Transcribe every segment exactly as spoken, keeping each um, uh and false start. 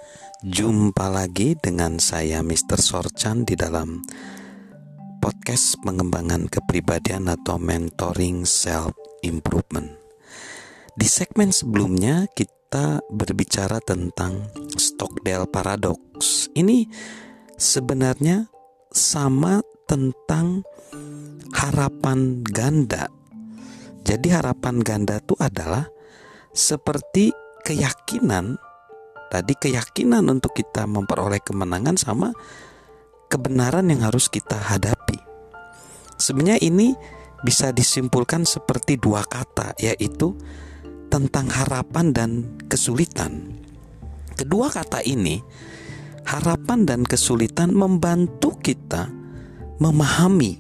Jumpa lagi dengan saya mister Sorchan di dalam podcast pengembangan kepribadian atau mentoring self improvement. Di segmen sebelumnya kita berbicara tentang Stockdale Paradox. Ini sebenarnya sama tentang harapan ganda. Jadi harapan ganda itu adalah seperti keyakinan, tadi keyakinan untuk kita memperoleh kemenangan sama kebenaran yang harus kita hadapi. Sebenarnya ini bisa disimpulkan seperti dua kata, yaitu tentang harapan dan kesulitan. Kedua kata ini, harapan dan kesulitan, membantu kita memahami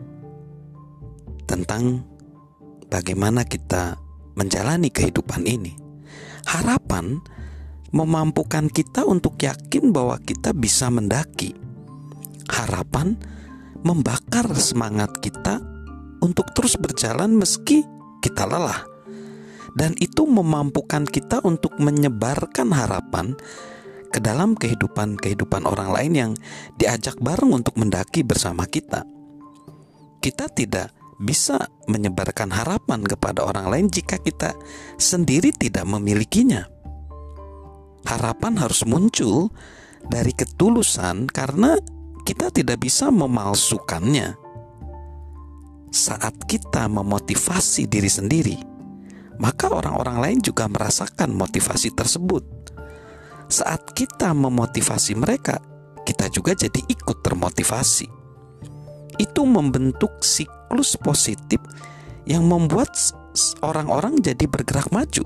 tentang bagaimana kita menjalani kehidupan ini. Harapan memampukan kita untuk yakin bahwa kita bisa mendaki. Harapan membakar semangat kita untuk terus berjalan meski kita lelah. Dan itu memampukan kita untuk menyebarkan harapan ke dalam kehidupan-kehidupan orang lain yang diajak bareng untuk mendaki bersama kita. Kita tidak bisa menyebarkan harapan kepada orang lain jika kita sendiri tidak memilikinya. Harapan harus muncul dari ketulusan karena kita tidak bisa memalsukannya. Saat kita memotivasi diri sendiri, maka orang-orang lain juga merasakan motivasi tersebut. Saat kita memotivasi mereka, kita juga jadi ikut termotivasi. Itu membentuk siklus positif yang membuat orang-orang jadi bergerak maju.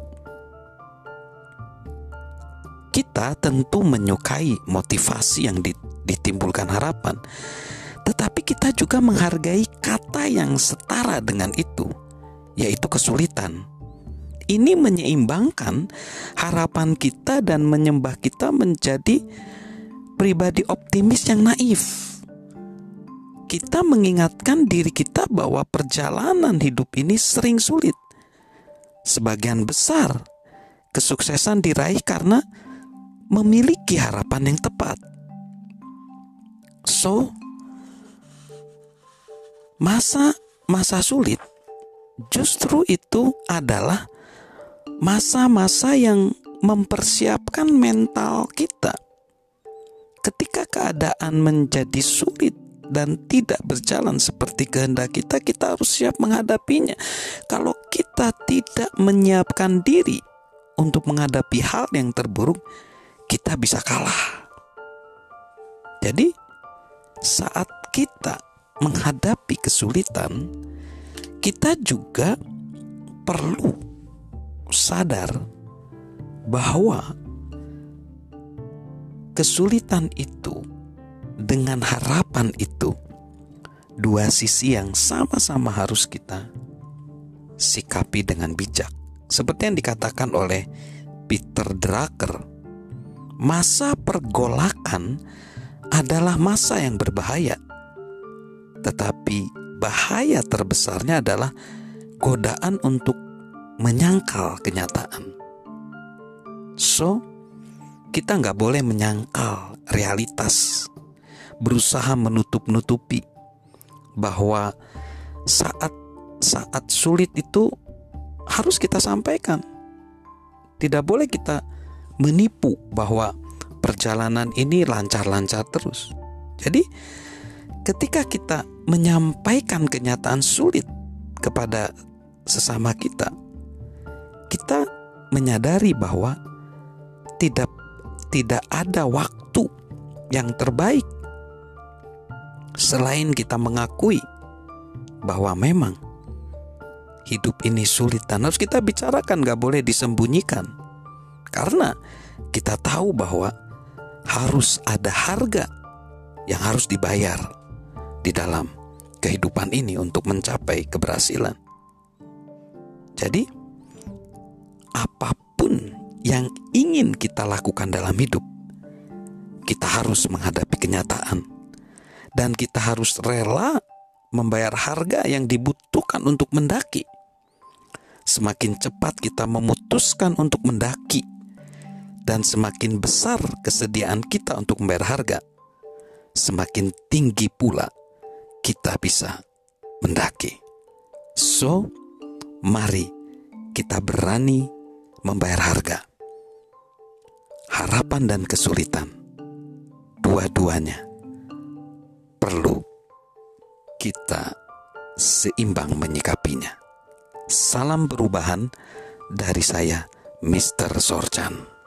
Kita tentu menyukai motivasi yang ditimbulkan harapan, tetapi kita juga menghargai kata yang setara dengan itu, yaitu kesulitan. Ini menyeimbangkan harapan kita dan menyembah kita menjadi pribadi optimis yang naif. Kita mengingatkan diri kita bahwa perjalanan hidup ini sering sulit. Sebagian besar kesuksesan diraih karena memiliki harapan yang tepat. So, masa-masa sulit justru itu adalah masa-masa yang mempersiapkan mental kita. Ketika keadaan menjadi sulit dan tidak berjalan seperti kehendak kita, kita harus siap menghadapinya. Kalau kita tidak menyiapkan diri untuk menghadapi hal yang terburuk, kita bisa kalah. Jadi, saat kita menghadapi kesulitan, kita juga perlu sadar bahwa kesulitan itu dengan harapan itu dua sisi yang sama-sama harus kita sikapi dengan bijak. Seperti yang dikatakan oleh Peter Drucker, masa pergolakan adalah masa yang berbahaya, tetapi bahaya terbesarnya adalah godaan untuk menyangkal kenyataan. So, kita nggak boleh menyangkal realitas, berusaha menutup-nutupi bahwa saat saat sulit itu harus kita sampaikan. Tidak boleh kita menipu bahwa perjalanan ini lancar-lancar terus. Jadi ketika kita menyampaikan kenyataan sulit kepada sesama kita, kita menyadari bahwa tidak tidak ada waktu yang terbaik selain kita mengakui bahwa memang hidup ini sulit dan harus kita bicarakan, gak boleh disembunyikan. Karena kita tahu bahwa harus ada harga yang harus dibayar di dalam kehidupan ini untuk mencapai keberhasilan. Jadi, apapun yang ingin kita lakukan dalam hidup, kita harus menghadapi kenyataan. Dan kita harus rela membayar harga yang dibutuhkan untuk mendaki. Semakin cepat kita memutuskan untuk mendaki dan semakin besar kesediaan kita untuk membayar harga, semakin tinggi pula kita bisa mendaki. So, mari kita berani membayar harga. Harapan dan kesulitan, dua-duanya perlu kita seimbang menyikapinya. Salam perubahan dari saya, mister Sorchan.